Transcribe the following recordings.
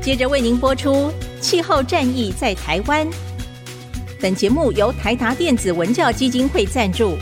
接着为您播出气候战役在台湾。本节目由台达电子文教基金会赞助。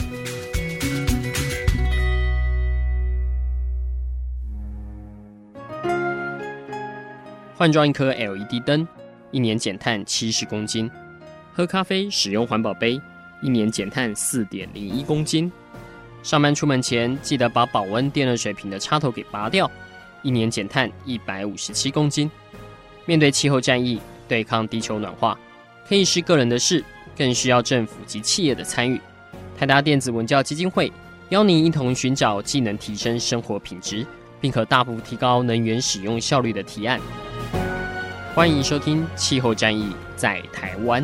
换装一颗 LED 灯，一年减碳70公斤；喝咖啡使用环保杯，一年减碳4.01公斤；上班出门前记得把保温电热水瓶的插头给拔掉，一年减碳157公斤。面对气候战役，对抗地球暖化，可以是个人的事，更需要政府及企业的参与。台达电子文教基金会邀您一同寻找既能提升生活品质，并可大幅提高能源使用效率的提案。欢迎收听气候战役在台湾。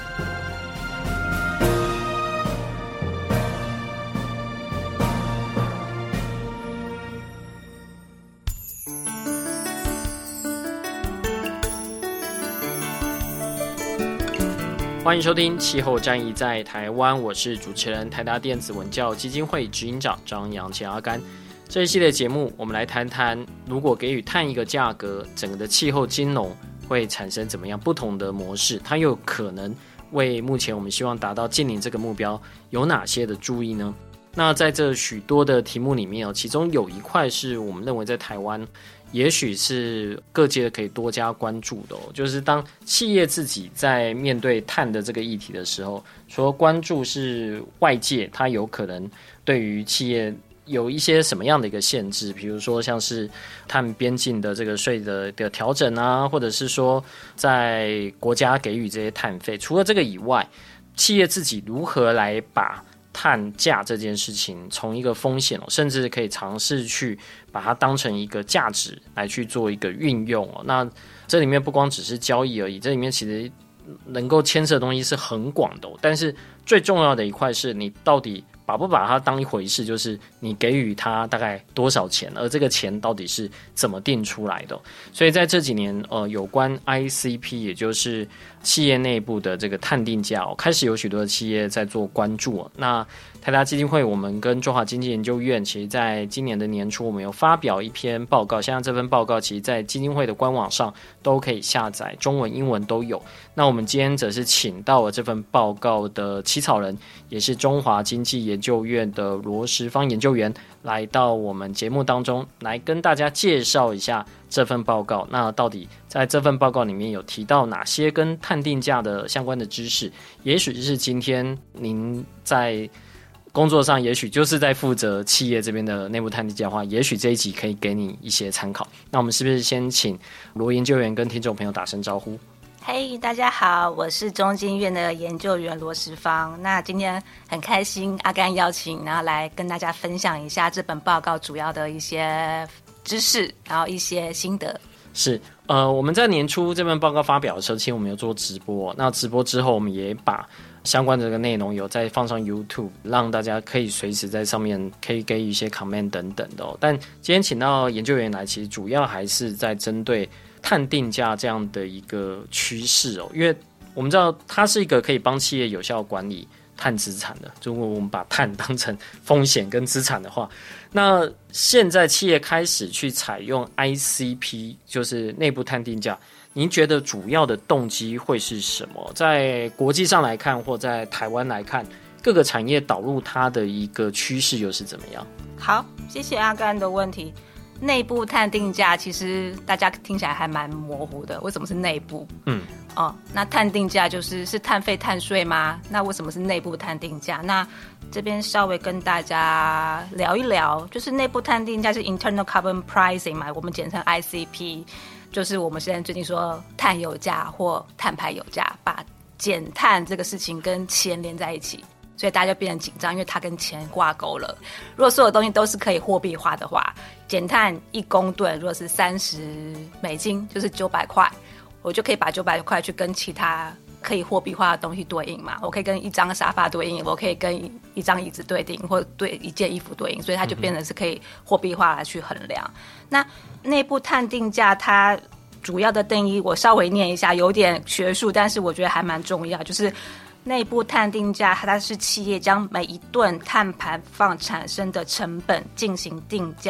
欢迎收听气候战役在台湾，我是主持人台达电子文教基金会执行长张扬前阿甘。这一系列节目我们来谈谈，如果给予碳一个价格，整个的气候金融会产生怎么样不同的模式，它又可能为目前我们希望达到净零这个目标有哪些的注意呢？那在这许多的题目里面，其中有一块是我们认为在台湾也许是各界可以多加关注的就是当企业自己在面对碳的这个议题的时候，除了关注是外界它有可能对于企业有一些什么样的一个限制，比如说像是碳边境的这个税的调整啊，或者是说在国家给予这些碳费，除了这个以外，企业自己如何来把碳价这件事情从一个风险甚至可以尝试去把它当成一个价值来去做一个运用那这里面不光只是交易而已，这里面其实能够牵涉的东西是很广的但是最重要的一块是你到底把不把它当一回事，就是你给予它大概多少钱，而这个钱到底是怎么定出来的。所以在这几年有关 ICP 也就是企业内部的这个碳定价开始有许多的企业在做关注那台达基金会我们跟中华经济研究院其实在今年的年初我们有发表一篇报告，现在这份报告其实在基金会的官网上都可以下载，中文英文都有。那我们今天则是请到了这份报告的起草人，也是中华经济研究院的罗时芳研究员来到我们节目当中来跟大家介绍一下这份报告。那到底在这份报告里面有提到哪些跟碳定价的相关的知识，也许是今天您在工作上也许就是在负责企业这边的内部碳定价的话，也许这一集可以给你一些参考。那我们是不是先请罗研究员跟听众朋友打声招呼？ 嘿，大家好，我是中经院的研究员罗时芳。那今天很开心阿甘邀请，然后来跟大家分享一下这本报告主要的一些知识，然后一些心得。 是我们在年初这份报告发表的时候，其实我们有做直播，那直播之后我们也把相关的这个内容有再放上 YouTube， 让大家可以随时在上面可以给予一些 comment 等等的但今天请到研究员来，其实主要还是在针对碳定价这样的一个趋势因为我们知道它是一个可以帮企业有效管理碳资产的，如果我们把碳当成风险跟资产的话，那现在企业开始去采用 ICP 就是内部碳定价，您觉得主要的动机会是什么？在国际上来看或在台湾来看，各个产业导入它的一个趋势又是怎么样？ 好，谢谢阿甘的问题。内部碳定价其实大家听起来还蛮模糊的，为什么是内部？那碳定价是碳费碳税吗？那为什么是内部碳定价？那这边稍微跟大家聊一聊，就是内部碳定价是 internal carbon pricing 嘛，我们简称 ICP， 就是我们现在最近说碳油价或碳排油价，把减碳这个事情跟钱连在一起。所以大家就变得紧张，因为它跟钱挂钩了。如果所有东西都是可以货币化的话，减碳1公吨如果是$30，就是900块，我就可以把900块去跟其他可以货币化的东西对应嘛。我可以跟一张沙发对应，我可以跟一张椅子对应，或对一件衣服对应，所以它就变成是可以货币化来去衡量。那内部碳定价它主要的定义我稍微念一下，有点学术，但是我觉得还蛮重要，就是内部碳定价它是企业将每一吨碳排放产生的成本进行定价，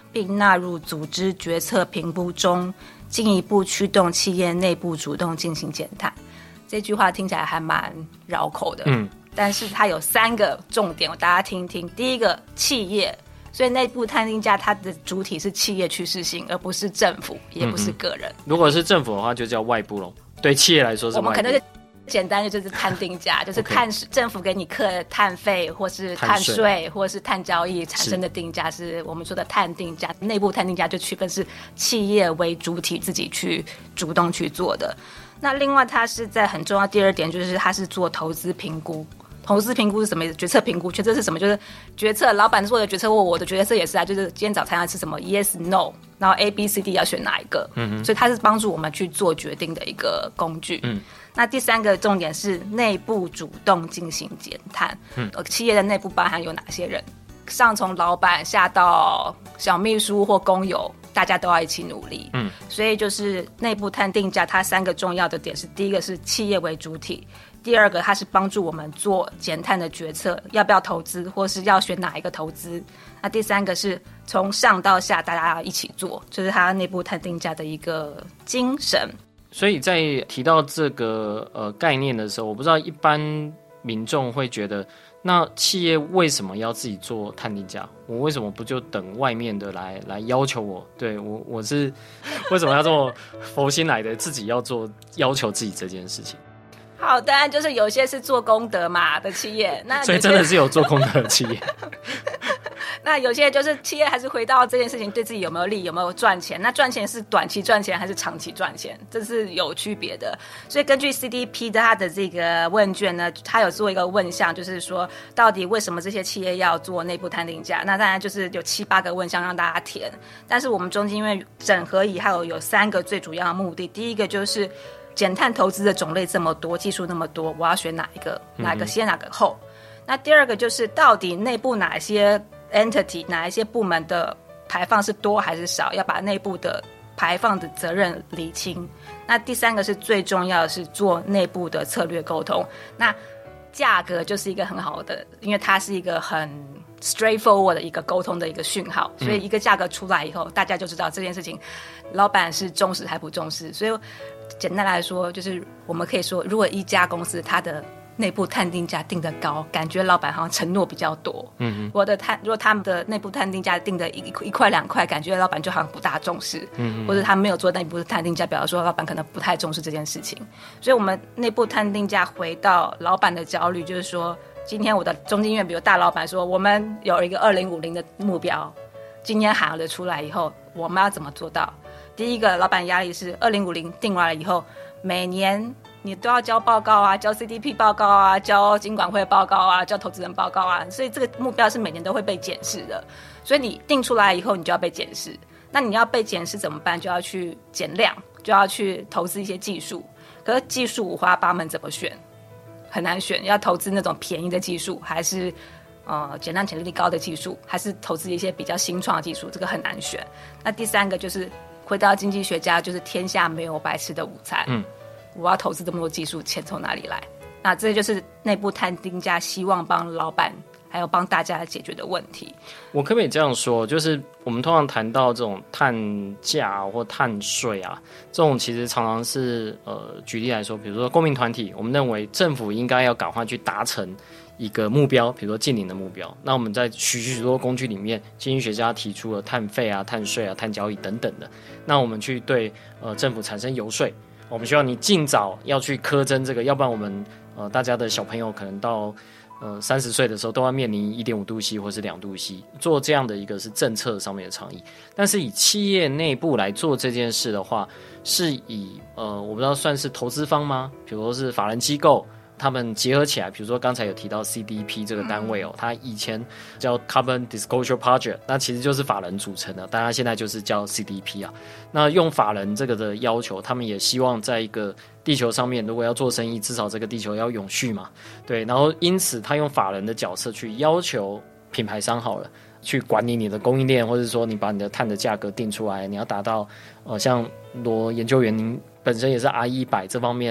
并纳入组织决策评估中，进一步驱动企业内部主动进行减碳。这句话听起来还蛮绕口的，但是它有3个重点，大家听一听。第一个，企业，所以内部碳定价它的主体是企业趋势性，而不是政府，也不是个人。 如果是政府的话，就叫外部咯。对企业来说是外部。 我们可能是简单的就是碳定价，就是政府给你课的碳费，或是碳税，或是碳交易产生的定价，是我们说的碳定价。内部碳定价就区分是企业为主体自己去主动去做的。那另外它是在很重要第2点，就是它是做投资评估。投资评估是什么意思？决策评估，决策是什么？就是决策，老板做的决策，我的决策也是啊，就是今天早餐要吃什么 ，yes no， 然后 A B C D 要选哪一个，所以它是帮助我们去做决定的一个工具。那第3个重点是内部主动进行减碳。企业的内部包含有哪些人？上从老板下到小秘书或工友，大家都要一起努力。所以就是内部碳定价，它3个重要的点是：第一个是企业为主体。第2个，它是帮助我们做减碳的决策，要不要投资，或是要选哪一个投资。那第3个是从上到下大家要一起做，就是它内部碳定价的一个精神。 所以在提到这个概念的时候，我不知道一般民众会觉得，那企业为什么要自己做碳定价？我为什么不就等外面的来要求我？对我是为什么要这么佛心来的，自己要做要求自己这件事情？ 好，当然就是有些是做功德嘛的企业，那所以真的是有做功德的企业。 那有些就是企业还是回到这件事情对自己有没有利，有没有赚钱。那赚钱是短期赚钱还是长期赚钱，这是有区别的。所以根据 CDP 的它的这个问卷呢，它有做一个问项，就是说到底为什么这些企业要做内部碳定价。那当然就是有7、8个问项让大家填，但是我们中间因为整合以后有3个最主要的目的。第一个就是减碳投资的种类这么多，技术那么多，我要选哪一个，哪个先哪个后。那第2个就是到底内部哪些 entity 哪一些部门的排放是多还是少，要把内部的排放的责任厘清。那第3个是最重要的是做内部的策略沟通。那价格就是一个很好的，因为它是一个很 straightforward 的一个沟通的一个讯号，所以一个价格出来以后，大家就知道这件事情老板是重视还不重视。所以简单来说，就是我们可以说，如果一家公司它的内部碳定价定得高，感觉老板好像承诺比较多。如果他们的内部碳定价定的1块2块，感觉老板就好像不大重视。或者他没有做内部碳定价，表示说老板可能不太重视这件事情。所以我们内部碳定价回到老板的焦虑，就是说今天我的中经院比如大老板说我们有一个2050的目标，今天喊了出来以后，我们要怎么做到？第一个老板压力是2050定完了以后，每年你都要交报告啊，交 CDP 报告啊，交金管会报告啊，交投资人报告啊，所以这个目标是每年都会被检视的。所以你定出来以后，你就要被检视。那你要被检视怎么办？就要去减量，就要去投资一些技术。可是技术5花8门，怎么选？很难选。要投资那种便宜的技术，还是减量潜力高的技术，还是投资一些比较新创的技术？这个很难选。那第3个就是回到经济学家，就是天下没有白吃的午餐。我要投资这么多技术，钱从哪里来？那这就是内部碳定价希望帮老板还有帮大家解决的问题。 我可不可以这样说，就是我们通常谈到这种碳价或碳税啊，这种其实常常是举例来说，比如说公民团体，我们认为政府应该要赶快去达成一个目标，比如说净零的目标。那我们在许多工具里面，经济学家提出了碳费啊、碳税啊、碳交易等等的。那我们去对政府产生游说，我们希望你尽早要去苛征这个，要不然我们大家的小朋友可能到30岁的时候都要面临1.5度C 或是2度C，做这样的一个是政策上面的倡议。但是以企业内部来做这件事的话，是以我不知道算是投资方吗？比如说是法人机构，他们结合起来，比如说刚才有提到 CDP 这个单位它以前叫 Carbon Disclosure Project， 那其实就是法人组成的，但它现在就是叫 CDP 啊。那用法人这个的要求，他们也希望在一个地球上面，如果要做生意，至少这个地球要永续嘛，对。然后因此，他用法人的角色去要求品牌商好了，去管理你的供应链，或者说你把你的碳的价格定出来，你要达到像罗研究员，您本身也是 RE100这方面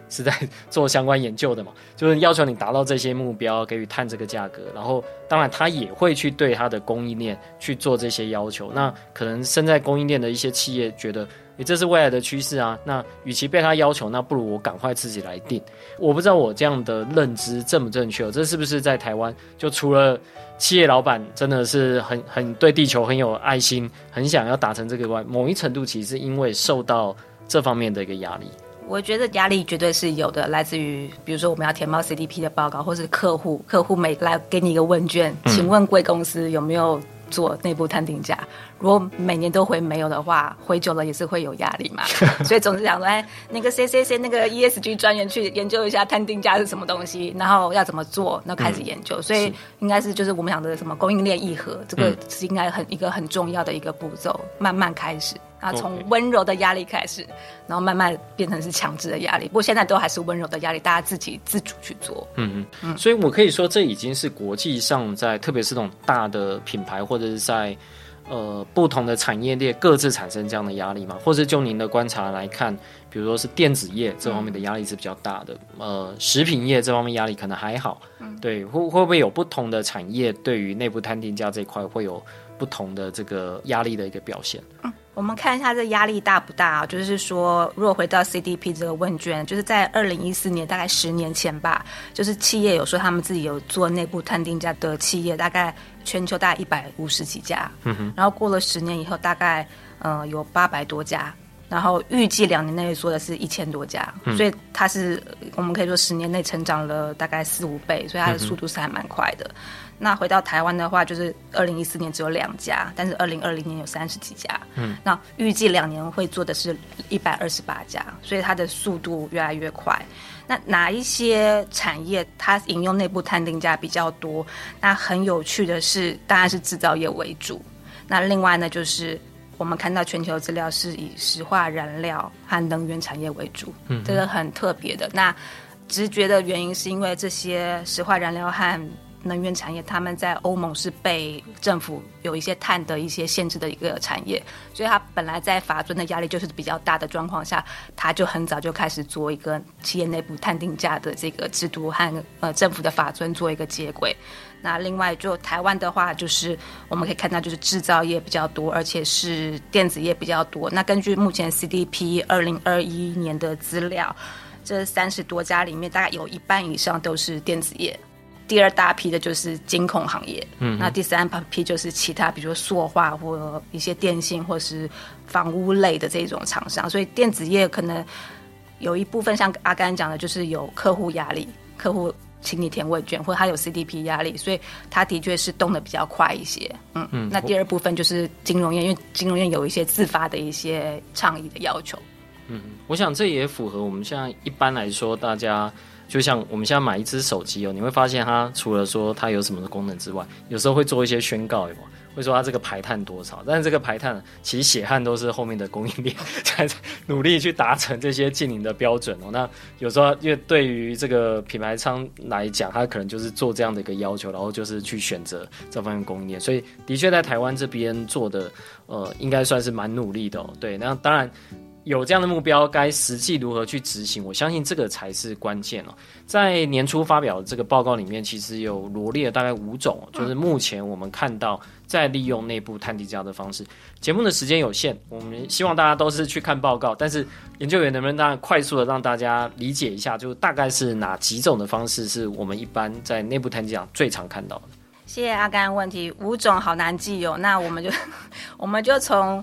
是在做相关研究的嘛，就是要求你达到这些目标，给予碳这个价格，然后当然他也会去对他的供应链去做这些要求。那可能身在供应链的一些企业觉得这是未来的趋势啊，那与其被他要求，那不如我赶快自己来定。我不知道我这样的认知正不正确，这是不是在台湾就除了企业老板真的是很对地球很有爱心，很想要达成这个外，某一程度其实是因为受到这方面的一个压力。 我觉得压力绝对是有的，来自于比如说我们要填报 CDP 的报告，或是客户每来给你一个问卷，请问贵公司有没有做内部碳定价？如果每年都回没有的话，回久了也是会有压力嘛。所以总是想说，那个谁那个 ESG 专员去研究一下碳定价是什么东西，然后要怎么做，然后开始研究。所以应该是就是我们讲的什么供应链议和，这个是应该一个很重要的一个步骤，慢慢开始。然后从温柔的压力开始，然后慢慢变成是强制的压力。不过现在都还是温柔的压力，大家自己自主去做。 所以我可以说，这已经是国际上在特别是这种大的品牌，或者是在不同的产业链各自产生这样的压力嘛？或是就您的观察来看，比如说是电子业这方面的压力是比较大的，食品业这方面压力可能还好。对，会不会有不同的产业对于内部碳定价这一块会有不同的这个压力的一个表现？ 我们看一下这压力大不大就是说，如果回到 CDP 这个问卷，就是在2014年，大概10年前吧，就是企业有说他们自己有做内部碳定价的企业，大概全球大概150几家，然后过了10年以后，大概有800多家。然后预计2年内做的是1000多家，所以它是我们可以说10年内成长了大概4-5倍，所以它的速度是还蛮快的。那回到台湾的话，就是2014年只有2家，但是2020年有30几家。那预计2年会做的是128家，所以它的速度越来越快。那哪一些产业它引用内部碳定价比较多？那很有趣的是，当然是制造业为主。那另外呢，就是我们看到全球资料是以石化燃料和能源产业为主，这个很特别的。那直觉的原因是因为这些石化燃料和能源产业，他们在欧盟是被政府有一些碳的一些限制的一个产业，所以它本来在法遵的压力就是比较大的状况下，它就很早就开始做一个企业内部碳定价的这个制度和政府的法遵做一个接轨。那另外就台湾的话，就是我们可以看到就是制造业比较多，而且是电子业比较多。那根据目前 CDP 2021年的资料，这30多家里面大概有1半以上都是电子业。第二大批的就是金控行业，那第三批就是其他，比如说塑化或一些电信或是房屋类的这种厂商。所以电子业可能有一部分像阿甘讲的，就是有客户压力，客户请你填问卷，或者他有 CDP 压力，所以他的确是动得比较快一些。那第二部分就是金融业，因为金融业有一些自发的一些倡议的要求。 我想这也符合我们现在一般来说大家。就像我们现在买一只手机你会发现它除了说它有什么的功能之外，有时候会做一些宣告，有没有？会说它这个排碳多少，但是这个排碳其实血汗都是后面的供应链在努力去达成这些净零的标准那有时候因为对于这个品牌商来讲，他可能就是做这样的一个要求，然后就是去选择这方面供应链，所以的确在台湾这边做的应该算是蛮努力的对，那当然有这样的目标，该实际如何去执行，我相信这个才是关键在年初发表的这个报告里面，其实有罗列了大概5种就是目前我们看到在利用内部碳定价的方式。节目的时间有限，我们希望大家都是去看报告，但是研究员能不能当然快速的让大家理解一下，就大概是哪几种的方式是我们一般在内部碳定价最常看到的？ 谢谢阿甘问题，5种好难记那我们就从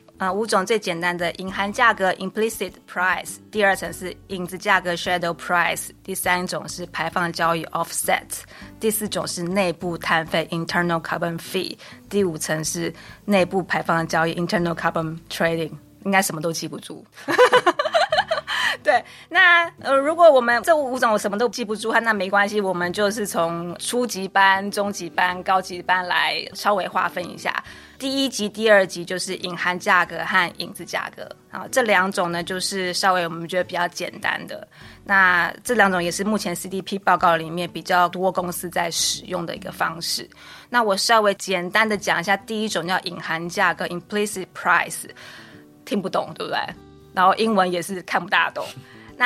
5种最简单的隐含价格 implicit price， 第2层是影子价格 shadow price， 第3种是排放交易 offset， 第4种是内部碳费 internal carbon fee， 第5层是内部排放交易 internal carbon trading， 应该什么都记不住对，那如果我们这5种我什么都记不住，那没关系，我们就是从初级班、中级班、高级班来稍微划分一下。第1级、第2级就是隐含价格和影子价格这2种呢，就是稍微我们觉得比较简单的。那这2种也是目前 CDP 报告里面比较多公司在使用的一个方式。那我稍微简单的讲一下，第1种叫隐含价格 implicit price， 听不懂对不对？然后英文也是看不大懂。那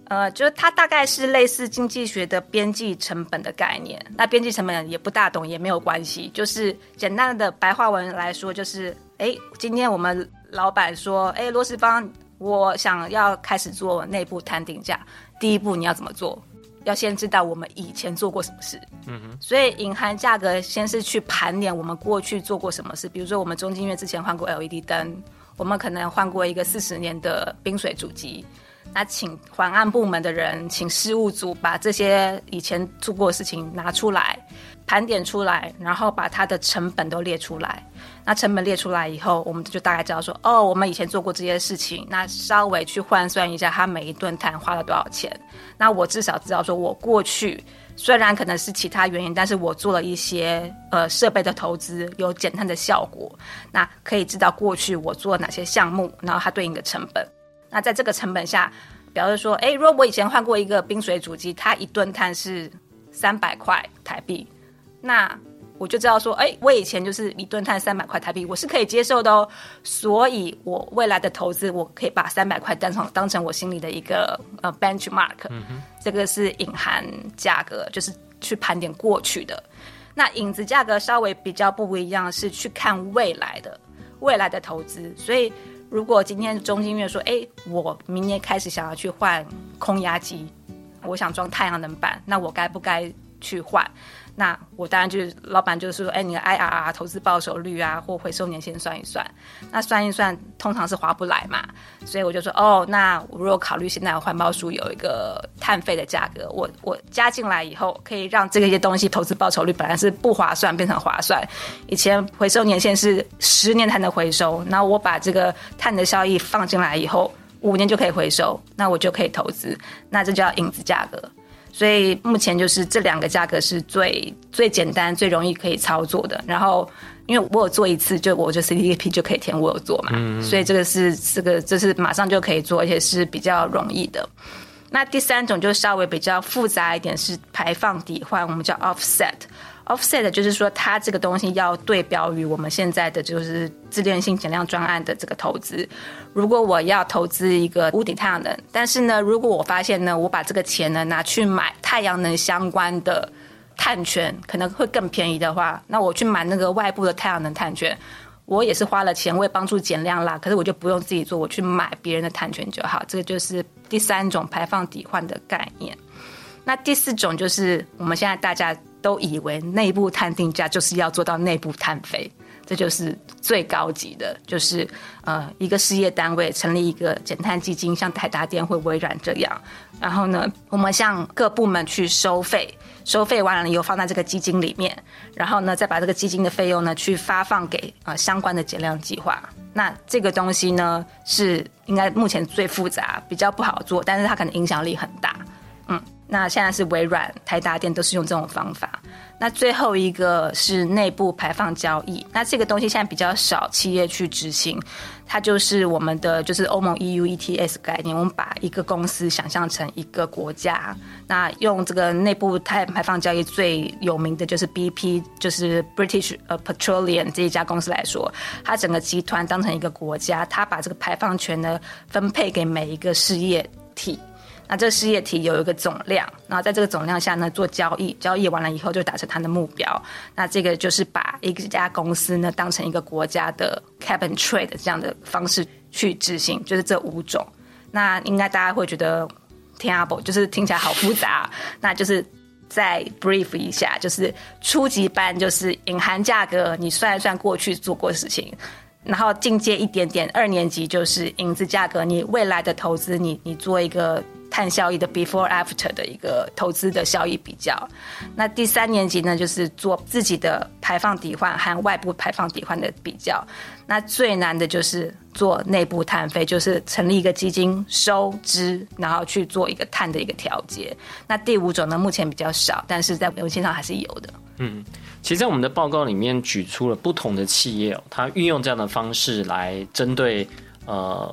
就是它大概是类似经济学的边际成本的概念。那边际成本也不大懂也没有关系，就是简单的白话文来说，就是今天我们老板说，罗世芳，我想要开始做内部摊定价，第一步你要怎么做？要先知道我们以前做过什么事。所以隐含价格先是去盘点我们过去做过什么事，比如说我们中经院之前换过 LED 灯，我们可能换过一个40年的冰水主机。那请环安部门的人，请事务组把这些以前做过的事情拿出来，盘点出来，然后把它的成本都列出来。那成本列出来以后，我们就大概知道说，我们以前做过这些事情，那稍微去换算一下它每一吨碳花了多少钱。那我至少知道说，我过去虽然可能是其他原因，但是我做了一些设备的投资，有减碳的效果。那可以知道过去我做了哪些项目，然后它对应的成本。那在这个成本下，表示说，如果我以前换过一个冰水主机，它1吨碳是300块台币，那我就知道说，我以前就是1吨碳300块台币，我是可以接受的哦。所以我未来的投资，我可以把300块当成我心里的一个benchmark。这个是隐含价格，就是去盘点过去的。那影子价格稍微比较不一样，是去看未来的投资。所以如果今天中经院说，我明年开始想要去换空压机，我想装太阳能板，那我该不该去换？那我当然就是老板就是说，你的 IRR 投资报酬率啊，或回收年限算一算，那算一算通常是划不来嘛，所以我就说，那我如果考虑现在环保署有一个碳费的价格，我加进来以后，可以让这些东西投资报酬率本来是不划算变成划算。以前回收年限是10年才能回收，然后我把这个碳的效益放进来以后，5年就可以回收，那我就可以投资，那这叫影子价格。所以目前就是这2个价格是最简单、最容易可以操作的。然后因为我有做一次，我就 CDP 就可以填我有做嘛，所以这是马上就可以做，而且是比较容易的。那第3种就稍微比较复杂一点，是排放抵换，我们叫 offset。offset 就是说它这个东西要对标于我们现在的就是自恋性减量专案的这个投资。如果我要投资一个屋顶太阳能，但是呢如果我发现呢我把这个钱呢拿去买太阳能相关的碳权可能会更便宜的话，那我去买那个外部的太阳能碳权，我也是花了钱，我也帮助减量啦，可是我就不用自己做，我去买别人的碳权就好。这个就是第3种排放抵换的概念。那第4种就是我们现在大家都以为内部碳定价就是要做到内部碳费，这就是最高级的，就是一个事业单位成立一个减碳基金，像台达电或微软这样，然后呢我们向各部门去收费完了以后放在这个基金里面，然后呢再把这个基金的费用呢去发放给相关的减量计划。那这个东西呢是应该目前最复杂，比较不好做，但是它可能影响力很大。那现在是微软、台达电都是用这种方法。那最后一个是内部排放交易，那这个东西现在比较少企业去执行，它就是我们的就是欧盟 EU ETS 概念，我们把一个公司想象成一个国家，那用这个内部碳排放交易最有名的就是 BP， 就是 British Petroleum 这一家公司来说，它整个集团当成一个国家，它把这个排放权呢分配给每一个事业体。那这个事业体有一个总量，然后在这个总量下呢做交易完了以后就达成它的目标。那这个就是把一家公司呢当成一个国家的 cap and trade 这样的方式去执行，就是这5种。那应该大家会觉得就是听起来好复杂，那就是再 brief 一下，就是初级班就是隐含价格，你算一算过去做过的事情。然后进阶一点点，2年级就是影子价格，你未来的投资你做一个碳效益的 before after 的一个投资的效益比较。那第3年级呢就是做自己的排放抵换和外部排放抵换的比较。那最难的就是做内部碳费，就是成立一个基金收支，然后去做一个碳的一个调节。那第5种呢目前比较少，但是在文献上还是有的。 其实在我们的报告里面举出了不同的企业它运用这样的方式来针对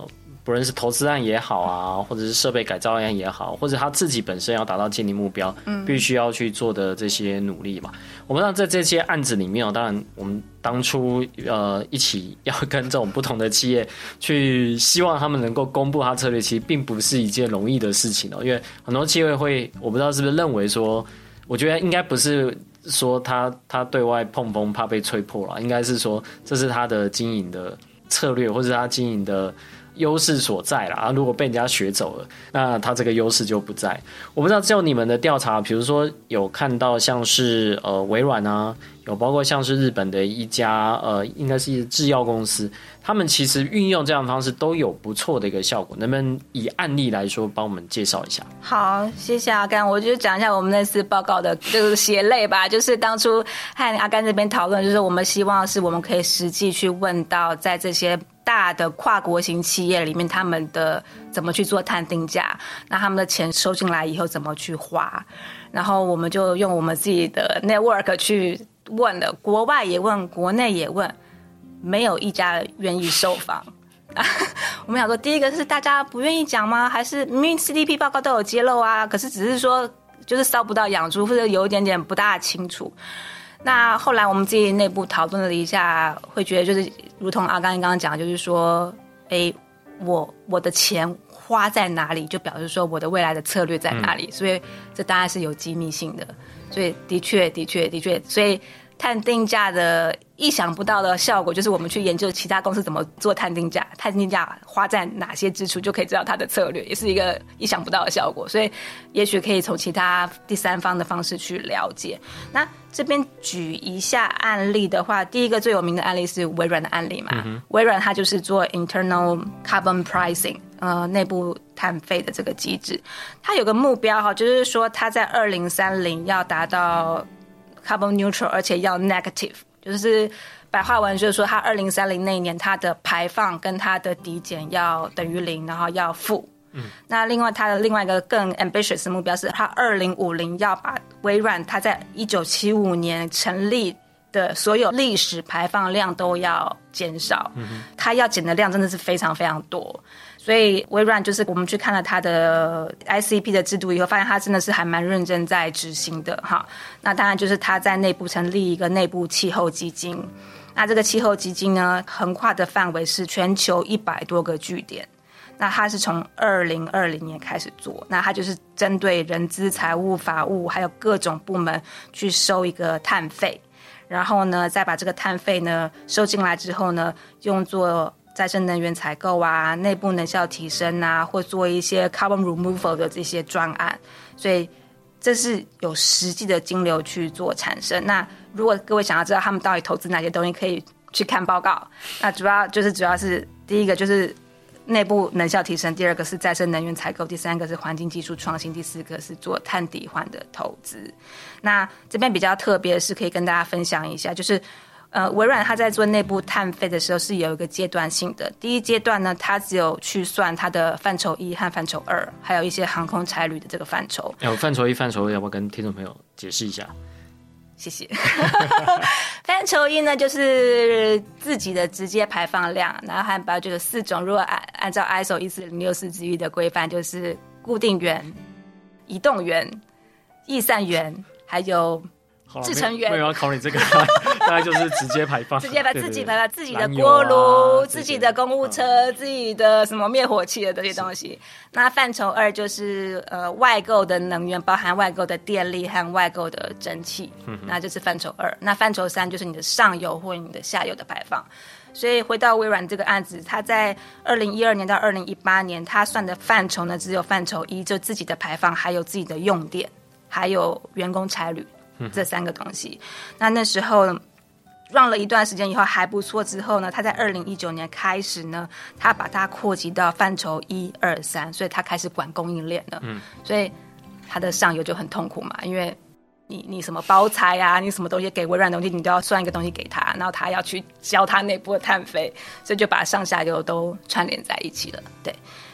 不论是投资案也好啊，或者是设备改造案也好，或者他自己本身要达到净零目标，必须要去做的这些努力嘛。我们在这些案子里面当然我们当初一起要跟这种不同的企业去希望他们能够公布他策略，其实并不是一件容易的事情因为很多企业会，我不知道是不是认为说，我觉得应该不是说他对外碰风怕被吹破了，应该是说这是他的经营的策略，或是他经营的优势所在啦。如果被人家学走了，那他这个优势就不在。我不知道就你们的调查，比如说有看到像是微软啊，有包括像是日本的一家应该是制药公司，他们其实运用这样的方式都有不错的一个效果。能不能以案例来说帮我们介绍一下？ 好，谢谢阿甘。我就讲一下我们那次报告的这个血泪吧，就是当初和阿甘这边讨论，就是我们希望是我们可以实际去问到在这些大的跨国型企业里面，他们的怎么去做碳定价，那他们的钱收进来以后怎么去花，然后我们就用我们自己的 network 去问了，国外也问，国内也问，没有一家愿意受访。我们想说，第一个是大家不愿意讲吗？还是明明 CDP 报告都有揭露啊，可是只是说就是烧不到养猪，或者有一点点不大清楚。那后来我们自己内部讨论了一下，会觉得就是如同阿刚刚讲，就是说，我的钱花在哪里，就表示说我的未来的策略在哪里，所以这当然是有机密性的。所以的确，所以碳定价的意想不到的效果，就是我们去研究其他公司怎么做碳定价，碳定价花在哪些支出，就可以知道它的策略，也是一个意想不到的效果。所以也许可以从其他第三方的方式去了解。那这边举一下案例的话，第一个最有名的案例是微软的案例嘛，微软它就是做 internal carbon pricing， 内部碳费的这个机制，它有个目标就是说它在2030要达到 carbon neutral， 而且要 negative， 就是白话文就是说它2030那一年它的排放跟它的抵减要等于0，然后要负。那另外它的另外一个更 ambitious 的目标是它2050要把微软它在1975年成立的所有历史排放量都要减少，它要减的量真的是非常非常多。所以微软就是我们去看了它的 ICP 的制度以后，发现它真的是还蛮认真在执行的哈。那当然就是它在内部成立一个内部气候基金，那这个气候基金呢，横跨的范围是全球100多个据点。那它是从2020年开始做，那它就是针对人资、财务、法务还有各种部门去收一个碳费，然后呢再把这个碳费呢收进来之后呢，用作再生能源采购啊、内部能效提升啊，或做一些 carbon removal 的这些专案，所以这是有实际的金流去做产生。那如果各位想要知道他们到底投资哪些东西，可以去看报告。那主要是第一个就是内部能效提升，第二个是再生能源采购，第三个是环境技术创新，第四个是做碳抵换的投资。那这边比较特别的是可以跟大家分享一下，就是微软它在做内部碳费的时候是有一个阶段性的。第一阶段呢，它只有去算它的范畴1和范畴2，还有一些航空差旅的这个范畴。 范畴1、范畴2要不要跟听众朋友解释一下？ 谢谢。范畴1呢，就是自己的直接排放量，然后还包括这个4种，如果按照 ISO 14064之一的规范，就是固定源、移动源、逸散源，还有制成源。 没有要考你这个，大概就是直接排放， 直接把自己排放自己的锅炉、自己的公务车、自己的什么灭火器的这些东西。那范畴2就是外购的能源，包含外购的电力和外购的蒸汽，那就是范畴2。那范畴3就是你的上游或你的下游的排放。所以回到微软这个案子，它在2012年到2018年，它算的范畴呢只有范畴1，就自己的排放，还有自己的用电，还有员工差旅。这3个东西。那时候run了一段时间以后还不错，之后呢，他在2019年开始呢，他把它扩及到范畴1、2、3，所以他开始管供应链了。所以他的上游就很痛苦嘛，因为你什么包材啊，你什么东西给微软的东西，你都要算一个东西给他，然后他要去交他内部的碳费，所以就把上下游都串联在一起了。对。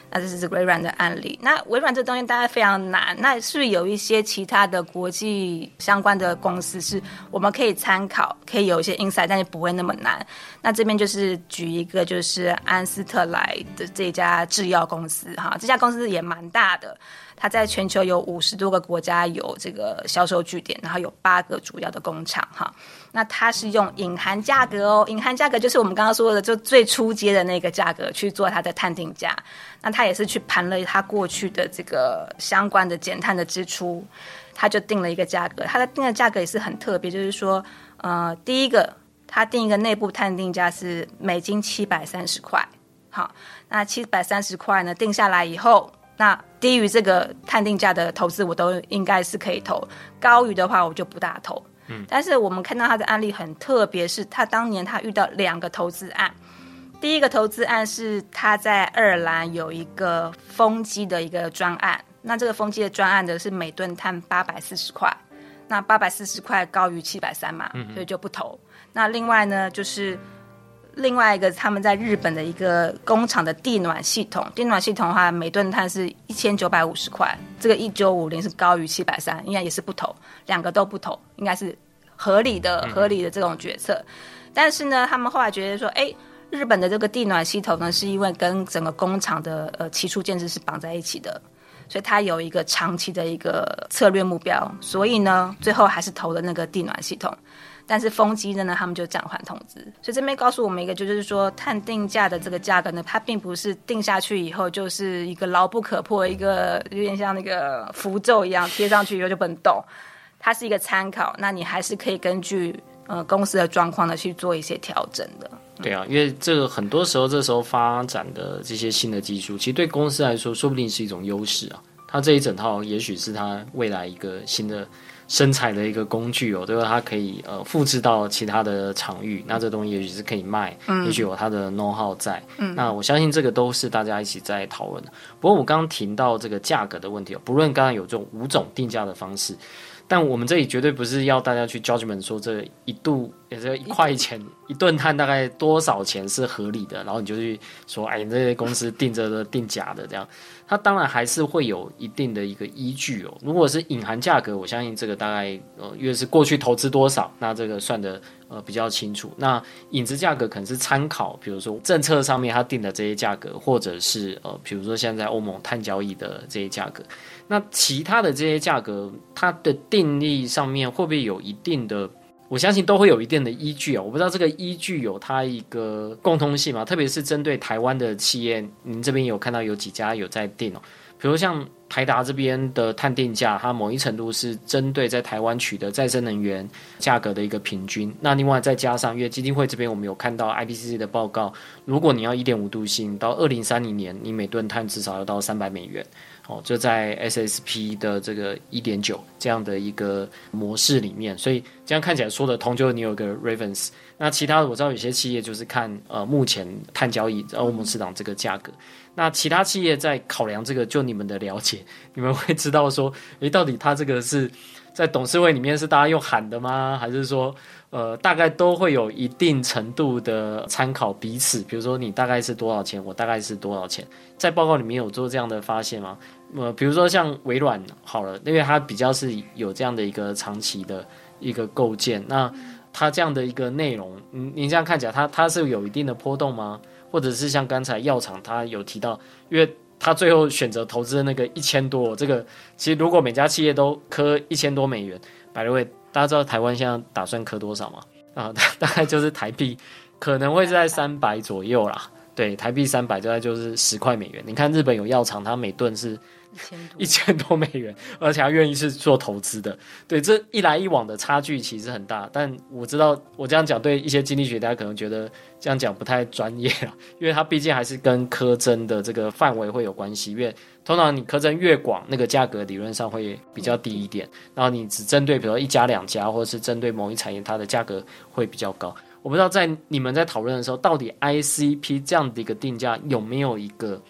那这是微软的案例。那微软这东西大概非常难，那是不是有一些其他的国际相关的公司是我们可以参考，可以有一些 insight， 但是不会那么难？那这边就是举一个，就是安斯特莱的这家制药公司哈，这家公司也蛮大的，它在全球有50多个国家有这个销售据点，然后有8个主要的工厂哈。那它是用隐含价格哦，隐含价格就是我们刚刚说的就最初阶的那个价格去做它的碳定价。那它也是去盘了它过去的这个相关的减碳的支出，它就定了一个价格。它的定的价格也是很特别，就是说第一个它定一个内部碳定价是美金730块。好，那730块呢定下来以后，那低于这个碳定价的投资我都应该是可以投，高于的话我就不大投。但是我们看到他的案例很特别，是他当年他遇到2个投资案。第一个投资案是他在爱尔兰有一个风机的一个专案，那这个风机的专案的是每吨碳840块，那840块高于730嘛，所以就不投。那另外呢就是另外一个他们在日本的一个工厂的地暖系统，地暖系统的话每吨碳是1950块，这个1950是高于730，应该也是不投，2个都不投，应该是合理的这种决策。但是呢他们后来觉得说日本的这个地暖系统呢是因为跟整个工厂的期初建制是绑在一起的，所以它有一个长期的一个策略目标，所以呢最后还是投了那个地暖系统。但是风机呢他们就暂缓投资。所以这边告诉我们一个，就是说碳定价的这个价格呢，它并不是定下去以后就是一个牢不可破，一个有点像那个符咒一样贴上去以后就不能动，它是一个参考，那你还是可以根据公司的状况呢去做一些调整的。 对啊，因为这个很多时候这时候发展的这些新的技术，其实对公司来说说不定是一种优势啊。它这一整套也许是它未来一个新的生产的一个工具哦，对吧？它可以复制到其他的场域，那这东西也许是可以卖，也许有它的 know how 在。那我相信这个都是大家一起在讨论的。不过我刚刚提到这个价格的问题，不论刚刚有这种5种定价的方式，但我们这里绝对不是要大家去 judgment 说这一度也这1块钱1吨碳大概多少钱是合理的，然后你就去说你这些公司定这的定假的这样，它当然还是会有一定的一个依据哦。如果是隐含价格，我相信这个大概因为是过去投资多少，那这个算的比较清楚。那影子价格可能是参考，比如说政策上面它定的这些价格，或者是比如说现在欧盟碳交易的这些价格。那其他的这些价格，它的定义上面会不会有一定的？我相信都会有一定的依据啊，我不知道这个依据有它一个共通性嘛？特别是针对台湾的企业，您这边有看到有几家有在定哦，比如像台达这边的碳定价，它某一程度是针对在台湾取得再生能源价格的一个平均。那另外再加上，因为基金会这边我们有看到 IPCC 的报告，如果你要 1.5 度 C，到2030年，你每吨碳至少要到300美元。就在 SSP 的这个 1.9 这样的一个模式里面，所以这样看起来说得通，就是你有个 reference。那其他的我知道有些企业就是看目前碳交易欧盟市场这个价格。那其他企业在考量这个，就你们的了解，你们会知道说，到底它这个是在董事会里面是大家用喊的吗？还是说大概都会有一定程度的参考彼此？比如说你大概是多少钱，我大概是多少钱，在报告里面有做这样的发现吗？比如说像微软好了，因为它比较是有这样的一个长期的一个构建，那它这样的一个内容，你这样看起来它是有一定的波动吗？或者是像刚才药厂它有提到，因为他最后选择投资的那个1000多，这个其实如果每家企业都磕1000多美元，by the way，大家知道台湾现在打算磕多少吗？大概就是台币可能会是在300左右啦。对，台币300大概就是10块美元。你看日本有药厂，它每吨是1000多美元，而且他愿意是做投资的。对，这一来一往的差距其实很大。但我知道我这样讲对一些经济学家可能觉得这样讲不太专业啦，因为它毕竟还是跟科征的这个范围会有关系。因为通常你科征越广，那个价格理论上会比较低一点。然后你只针对比如说1家2家，或者是针对某一产业，它的价格会比较高。我不知道在你们在讨论的时候，到底 ICP 这样的一个定价有没有一个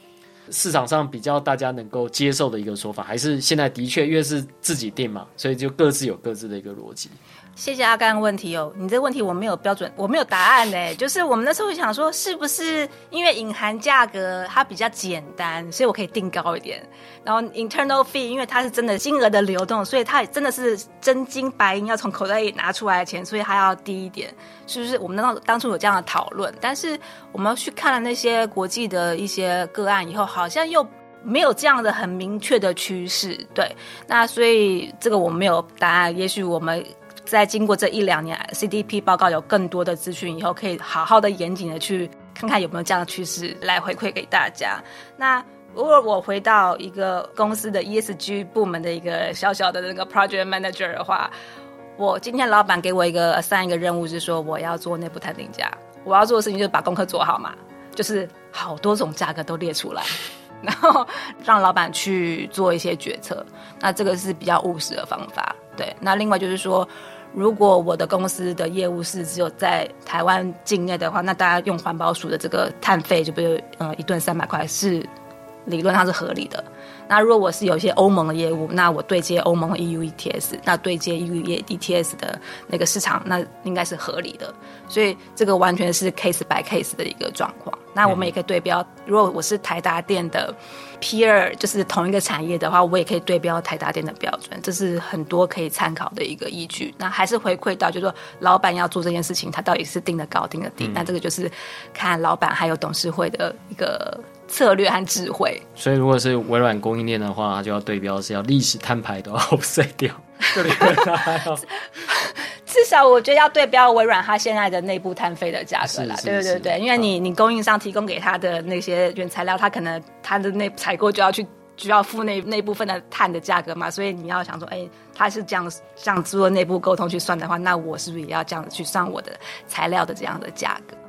市场上比较大家能够接受的一个说法，还是现在的确越是自己定嘛，所以就各自有各自的一个逻辑？ 谢谢阿甘的问题哦，你这个问题我没有标准，我没有答案呢。就是我们那时候想说，是不是因为隐含价格它比较简单，所以我可以定高一点。然后 internal fee 因为它是真的金额的流动，所以它真的是真金白银要从口袋里拿出来的钱，所以它要低一点。是不是我们当初有这样的讨论？但是我们去看了那些国际的一些个案以后，好像又没有这样的很明确的趋势。对，那所以这个我没有答案。也许我们在经过这1-2年 CDP 报告有更多的资讯以后，可以好好的严谨的去看看有没有这样的趋势来回馈给大家。那如果我回到一个公司的 ESG 部门的一个小小的那个 project manager 的话，我今天老板给我assign 一个任务，是说我要做内部谈定价，我要做的事情就是把功课做好嘛，就是好多种价格都列出来，然后让老板去做一些决策。那这个是比较务实的方法。对，那另外就是说，如果我的公司的业务是只有在台湾境内的话，那大家用环保署的这个碳费，就比如1吨300块，是理论上是合理的。那如果我是有一些欧盟的业务，那我对接欧盟的 EU ETS， 那对接 EU ETS 的那个市场，那应该是合理的。所以这个完全是 case by case 的一个状况。那我们也可以对标，如果我是台达电的 peer， 就是同一个产业的话，我也可以对标台达电的标准，这是很多可以参考的一个依据。那还是回馈到，就是说老板要做这件事情，他到底是定的高定的低，那这个就是看老板还有董事会的一个策略和智慧。 所以如果是微软供应链的话，它就要对标是要历史摊牌都要 offset 掉，这里至少我觉得要对标微软它现在的内部碳费的价格啦，对对对，因为你供应商提供给他的那些原材料，他可能他的内采购就要付那部分的碳的价格嘛，所以你要想说，他是这样做内部沟通去算的话，那我是不是也要这样子去算我的材料的这样的价格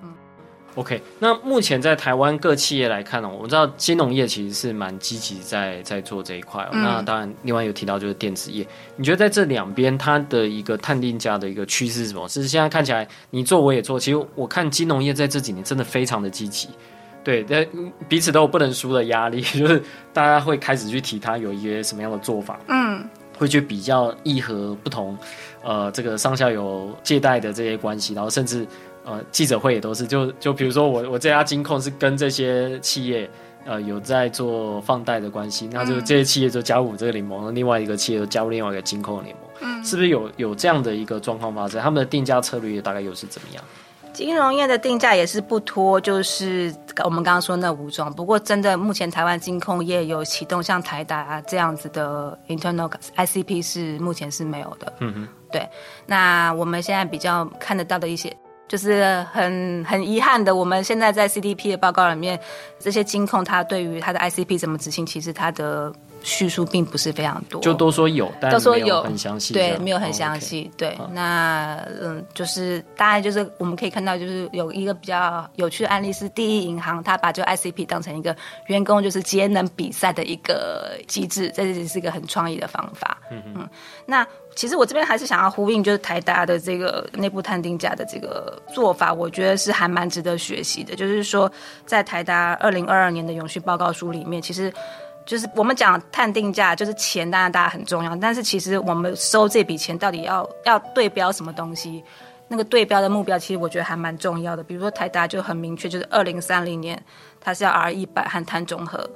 ？OK， 那目前在台湾各企业来看我们知道金融业其实是蛮积极在做这一块那当然另外有提到就是电子业，你觉得在这两边它的一个碳定价的一个趋势是什么？是现在看起来你做我也做，其实我看金融业在这几年真的非常的积极，对，彼此都有不能输的压力，就是大家会开始去提它有一些什么样的做法，会去比较议和不同这个上下游借贷的这些关系，然后甚至记者会也都是就比如说我这家金控是跟这些企业有在做放贷的关系，那就这些企业就加入这个联盟，另外一个企业就加入另外一个金控的联盟，是不是有这样的一个状况发生？他们的定价策略大概又是怎么样？ 金融业的定价也是不脱，就是我们刚刚说那5种。不过真的目前台湾金控业有启动像台达这样子的 internal ICP 是目前是没有的。对。那我们现在比较看得到的一些，就是很遗憾的，我们现在在 CDP 的报告里面，这些金控它对于它的 ICP 怎么执行，其实它的叙述并不是非常多， 就都说有，但没有很详细， 对，没有很详细，对。那就是大概就是我们可以看到，就是有一个比较有趣的案例是，第一银行它把这个 ICP 当成一个员工就是节能比赛的一个机制，这是一个很创意的方法。那其实我这边还是想要呼应，就是台达的这个内部碳定价的这个做法，我觉得是还蛮值得学习的。就是说，在台达2022年的永续报告书里面，其实就是我们讲碳定价，就是钱当然大家很重要，但是其实我们收这笔钱到底要对标什么东西，那个对标的目标其实我觉得还蛮重要的。比如说台达就很明确，就是2030年它是要 RE100 和碳中和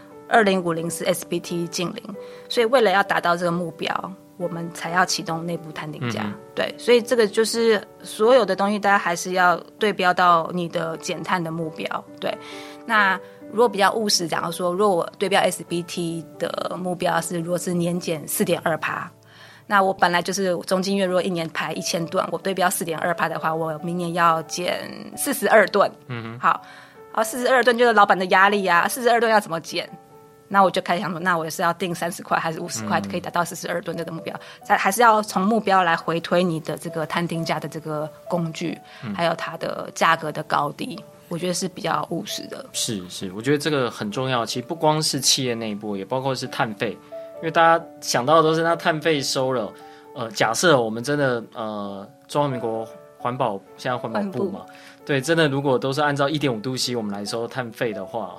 ，2050是 SBT 净零，所以为了要达到这个目标，我们才要启动内部碳定价。对，所以这个就是所有的东西大家还是要对标到你的减碳的目标。对，那如果比较务实讲说，如果我对标 SBT 的目标是如果是年减 4.2%， 那我本来就是中经院如果一年排1000吨，我对标 4.2% 的话，我明年要减42吨。好，然后42吨就是老板的压力啊，42吨要怎么减？那我就开始想说，那我是要定30块还是50块可以达到42吨这个目标？还是要从目标来回推你的这个碳定价的这个工具，还有它的价格的高低，我觉得是比较务实的。是， 我觉得这个很重要。其实不光是企业内部，也包括是碳费，因为大家想到的都是那碳费收了。假设我们真的中华民国现在环保部嘛，对，真的如果都是按照1.5°C我们来收碳费的话，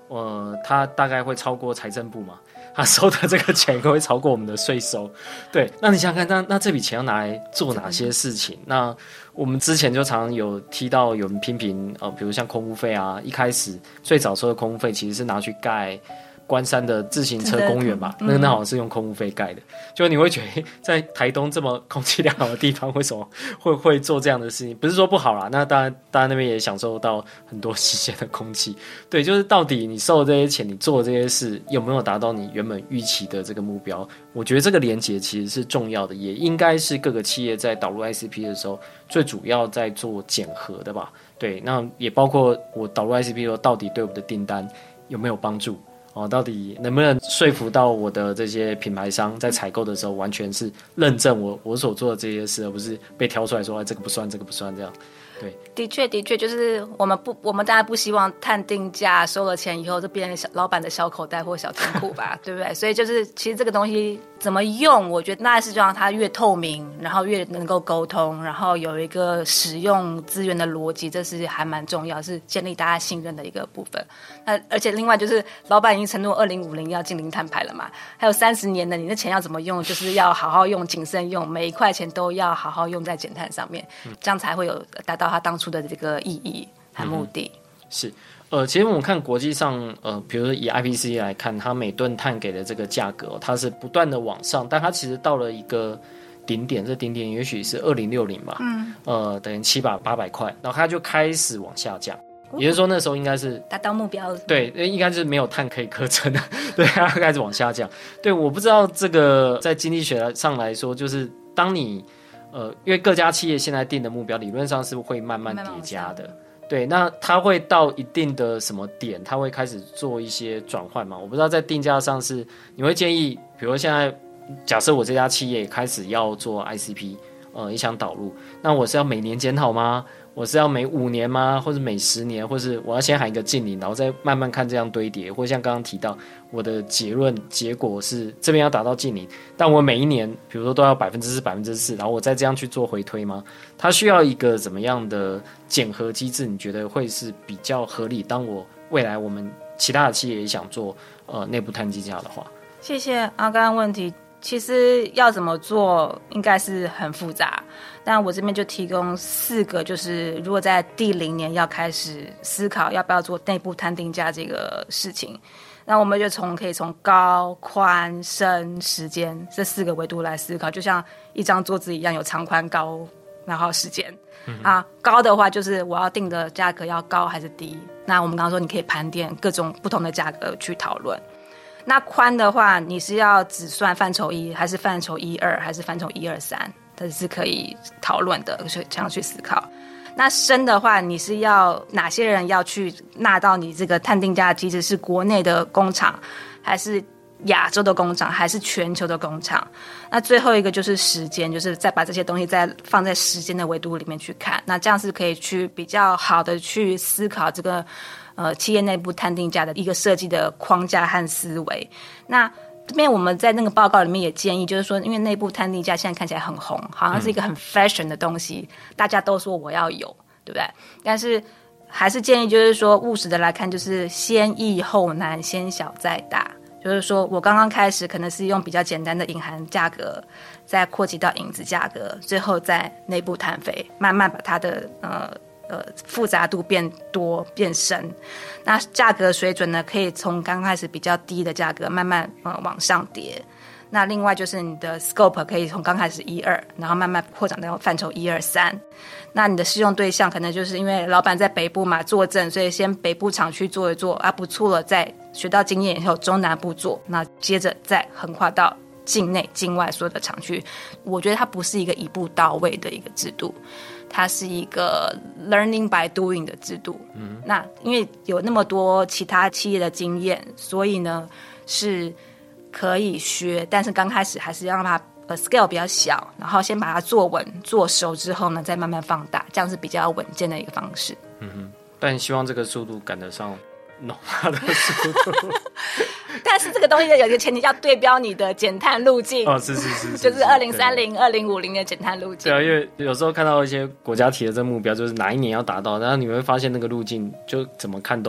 它大概会超过财政部嘛，他收的这个钱会超过我们的税收。对，那你想想看，那这笔钱要拿来做哪些事情？那我们之前就常常有提到有人批评比如像空污费啊，一开始最早收的空污费其实是拿去盖关山的自行车公园吧，那好像是用空污费盖的。就你会觉得在台东这么空气良好的地方，为什么会做这样的事情？不是说不好啦，那当然大家那边也享受到很多新鲜的空气。对，就是到底你收的这些钱，你做的这些事有没有达到你原本预期的这个目标？我觉得这个连结其实是重要的，也应该是各个企业在导入 ICP 的时候最主要在做检核的吧。对，那也包括我导入 ICP 的时候，到底对我们的订单有没有帮助？到底能不能说服到我的这些品牌商在采购的时候完全是认证我所做的这些事，而不是被挑出来说这个不算这个不算这样。对， 的确就是我们大家不希望碳定价收了钱以后就变成老板的小口袋或小金库吧，对不对？所以就是其实这个东西怎么用，我觉得那是让它越透明，然后越能够沟通，然后有一个使用资源的逻辑，这是还蛮重要，是建立大家信任的一个部分。那而且另外就是老板已经承诺2050要净零碳排了嘛，还有30年的你的钱要怎么用，就是要好好用，谨慎用，每一块钱都要好好用在减碳上面，这样才会有达到他当初的这个意义和目的。 是，其实我们看国际上，比如说以 IPC 来看，它每吨碳给的这个价格，它是不断的往上，但它其实到了一个顶点，这顶点也许是2060吧，等于700、800块，然后它就开始往下降。也就是说，那时候应该是达到目标了。 对，应该是没有碳可以可乘的，对，它开始往下降。对，我不知道这个在经济学上来说，就是当你因为各家企业现在定的目标理论上是会慢慢叠加的，对，那它会到一定的什么点，它会开始做一些转换嘛？我不知道在定价上是你会建议，比如现在假设我这家企业开始要做 ICP，也想导入，那我是要每年检讨吗？我是要每5年吗？或者每10年？或是我要先喊一个净零，然后再慢慢看这样堆叠？或者像刚刚提到，我的结果是这边要达到净零，但我每一年，比如说都要4%、4%，然后我再这样去做回推吗？它需要一个怎么样的检核机制？你觉得会是比较合理？当我未来我们其他的企业也想做内部碳计价的话， 谢谢阿刚问题。其实要怎么做应该是很复杂，但我这边就提供4个，就是如果在第0年要开始思考要不要做内部碳定价这个事情，那我们就可以从高、宽、深、时间这4个维度来思考，就像一张桌子一样，有长、宽、高，然后时间。高的话就是我要定的价格要高还是低，那我们刚刚说你可以盘点各种不同的价格去讨论。那宽的话，你是要只算范畴1，还是范畴1、2，还是范畴1、2、3？这是可以讨论的，这样去思考。那深的话，你是要哪些人要去纳到你这个碳定价机制？是国内的工厂，还是亚洲的工厂，还是全球的工厂？那最后一个就是时间，就是再把这些东西再放在时间的维度里面去看。那这样是可以去比较好的去思考这个。企业内部碳定价的一个设计的框架和思维。那这边我们在那个报告里面也建议，就是说，因为内部碳定价现在看起来很红，好像是一个很 fashion 的东西，大家都说我要有，对不对？但是还是建议，就是说务实的来看，就是先易后难，先小再大。就是说我刚刚开始可能是用比较简单的隐含价格，再扩及到引子价格，最后再内部碳费，慢慢把它的复杂度变多变深。那价格水准呢，可以从刚开始比较低的价格慢慢往上叠。那另外就是你的 scope 可以从刚开始1、2，然后慢慢扩展到范畴1、2、3。那你的适用对象可能就是因为老板在北部嘛坐镇，所以先北部厂区做一做啊，不错了，再学到经验以后中南部做，那接着再横跨到境内境外所有的厂区。我觉得它不是一个一步到位的一个制度，它是一个 learning by doing 的制度。那因为有那么多其他企业的经验，所以呢是可以学，但是刚开始还是要让它scale 比较小，然后先把它做稳做熟之后呢，再慢慢放大，这样是比较稳健的一个方式。 但希望这个速度赶得上农化的速度。 但是这个东西有一个前提，要对标你的减碳路径。 是， 就是2030、2050的减碳路径。 对啊，因为有时候看到一些国家提的这个目标，就是哪一年要达到，然后你会发现那个路径就怎么看都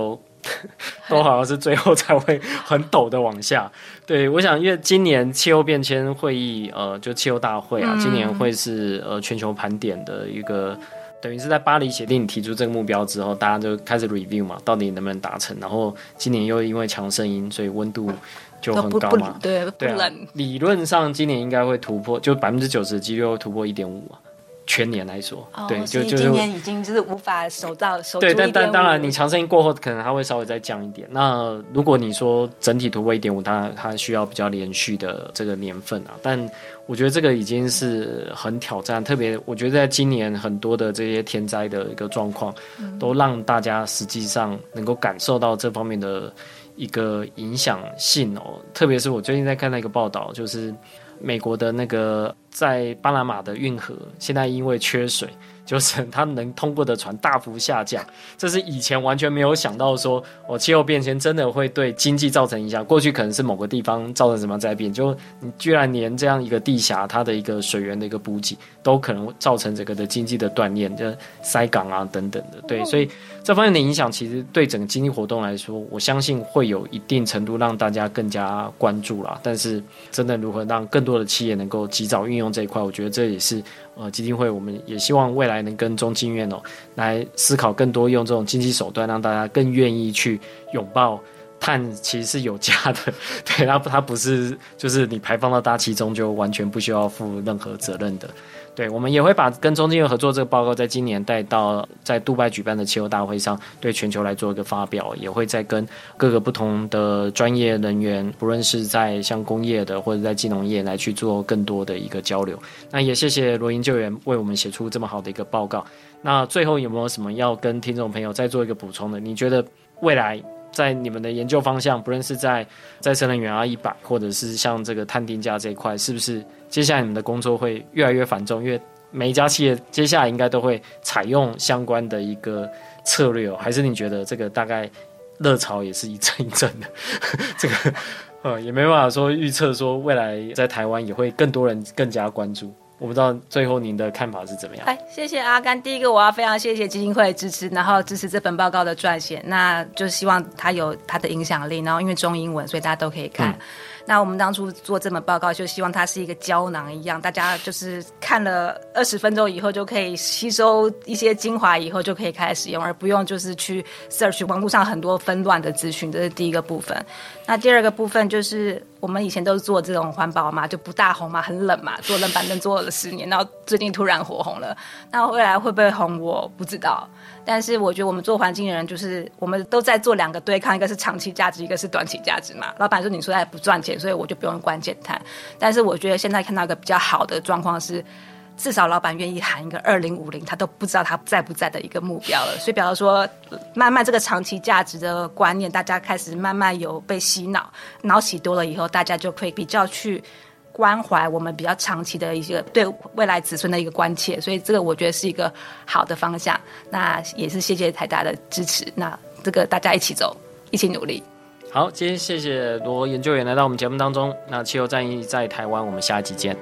都好像是最后才会很陡的往下。对，我想因为今年气候变迁会议就气候大会啊，今年会是全球盘点的一个，等于是在巴黎协定提出这个目标之后，大家就开始 review 嘛，到底能不能达成。然后今年又因为强声音，所以温度就很高嘛， 对，不冷。 理论上今年应该会突破，就90%的几率会突破1.5啊。全年来说，对， 所以今年已经就是无法守住对，但当然，你强声音过后，可能它会稍微再降一点。那如果你说整体突破1.5，它需要比较连续的这个年份啊。但我觉得这个已经是很挑战，特别我觉得在今年很多的这些天灾的一个状况，都让大家实际上能够感受到这方面的一个影响性哦。特别是我最近在看那个报道，就是美国的那个在巴拿马的运河，现在因为缺水，就是它能通过的船大幅下降，这是以前完全没有想到说，气候变迁真的会对经济造成影响。过去可能是某个地方造成什么灾变，就你居然连这样一个地峡，它的一个水源的一个补给，都可能造成整个的经济的断裂，就塞港啊等等的。对，所以这方面的影响，其实对整个经济活动来说，我相信会有一定程度让大家更加关注啦。但是真的如何让更多的企业能够及早运用这一块，我觉得这也是基金会我们也希望未来能跟中经院来思考更多用这种经济手段，让大家更愿意去拥抱碳其实是有价的，对，它不是就是你排放到大气中就完全不需要负任何责任的。对，我们也会把跟中经院合作这个报告在今年带到在杜拜举办的气候大会上，对全球来做一个发表，也会再跟各个不同的专业人员，不论是在像工业的或者在金融业来去做更多的一个交流。那也谢谢罗研究员为我们写出这么好的一个报告。那最后有没有什么要跟听众朋友再做一个补充的？你觉得未来在你们的研究方向，不论是在再生能源100，或者是像这个碳定价这一块，是不是接下来你们的工作会越来越繁重？因为每一家企业接下来应该都会采用相关的一个策略还是你觉得这个大概热潮也是一阵一阵的？这个也没办法说预测说未来在台湾也会更多人更加关注。我不知道最后您的看法是怎么样？ 谢谢阿甘。第一个我要非常谢谢基金会的支持，然后支持这本报告的撰写，那就希望它有它的影响力，然后因为中英文所以大家都可以看。那我们当初做这本报告就希望它是一个胶囊一样，大家就是看了20分钟以后就可以吸收一些精华，以后就可以开始使用，而不用就是去 search 网络上很多纷乱的资讯。这是第一个部分。那第二个部分就是我们以前都是做这种环保嘛，就不大红嘛，很冷嘛，做冷板凳做了10年，然后最近突然火红了。那未来会不会红我不知道，但是我觉得我们做环境的人就是我们都在做2个对抗，一个是长期价值，一个是短期价值嘛。老板说你说他不赚钱，所以我就不用关减碳。但是我觉得现在看到一个比较好的状况是，至少老板愿意喊一个2050，他都不知道他在不在的一个目标了。所以表示说，慢慢这个长期价值的观念，大家开始慢慢有被洗脑，脑洗多了以后，大家就可以比较去关怀我们比较长期的一些对未来子孙的一个关切。所以这个我觉得是一个好的方向。那也是谢谢台大的支持，那这个大家一起走，一起努力。 好，今天谢谢罗研究员来到我们节目当中。那气候战役在台湾，我们下一集见。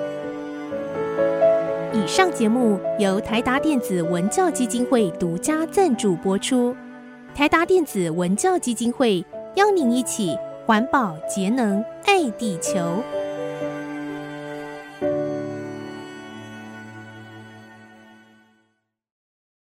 以上节目由台达电子文教基金会独家赞助播出。台达电子文教基金会邀您一起环保节能爱地球。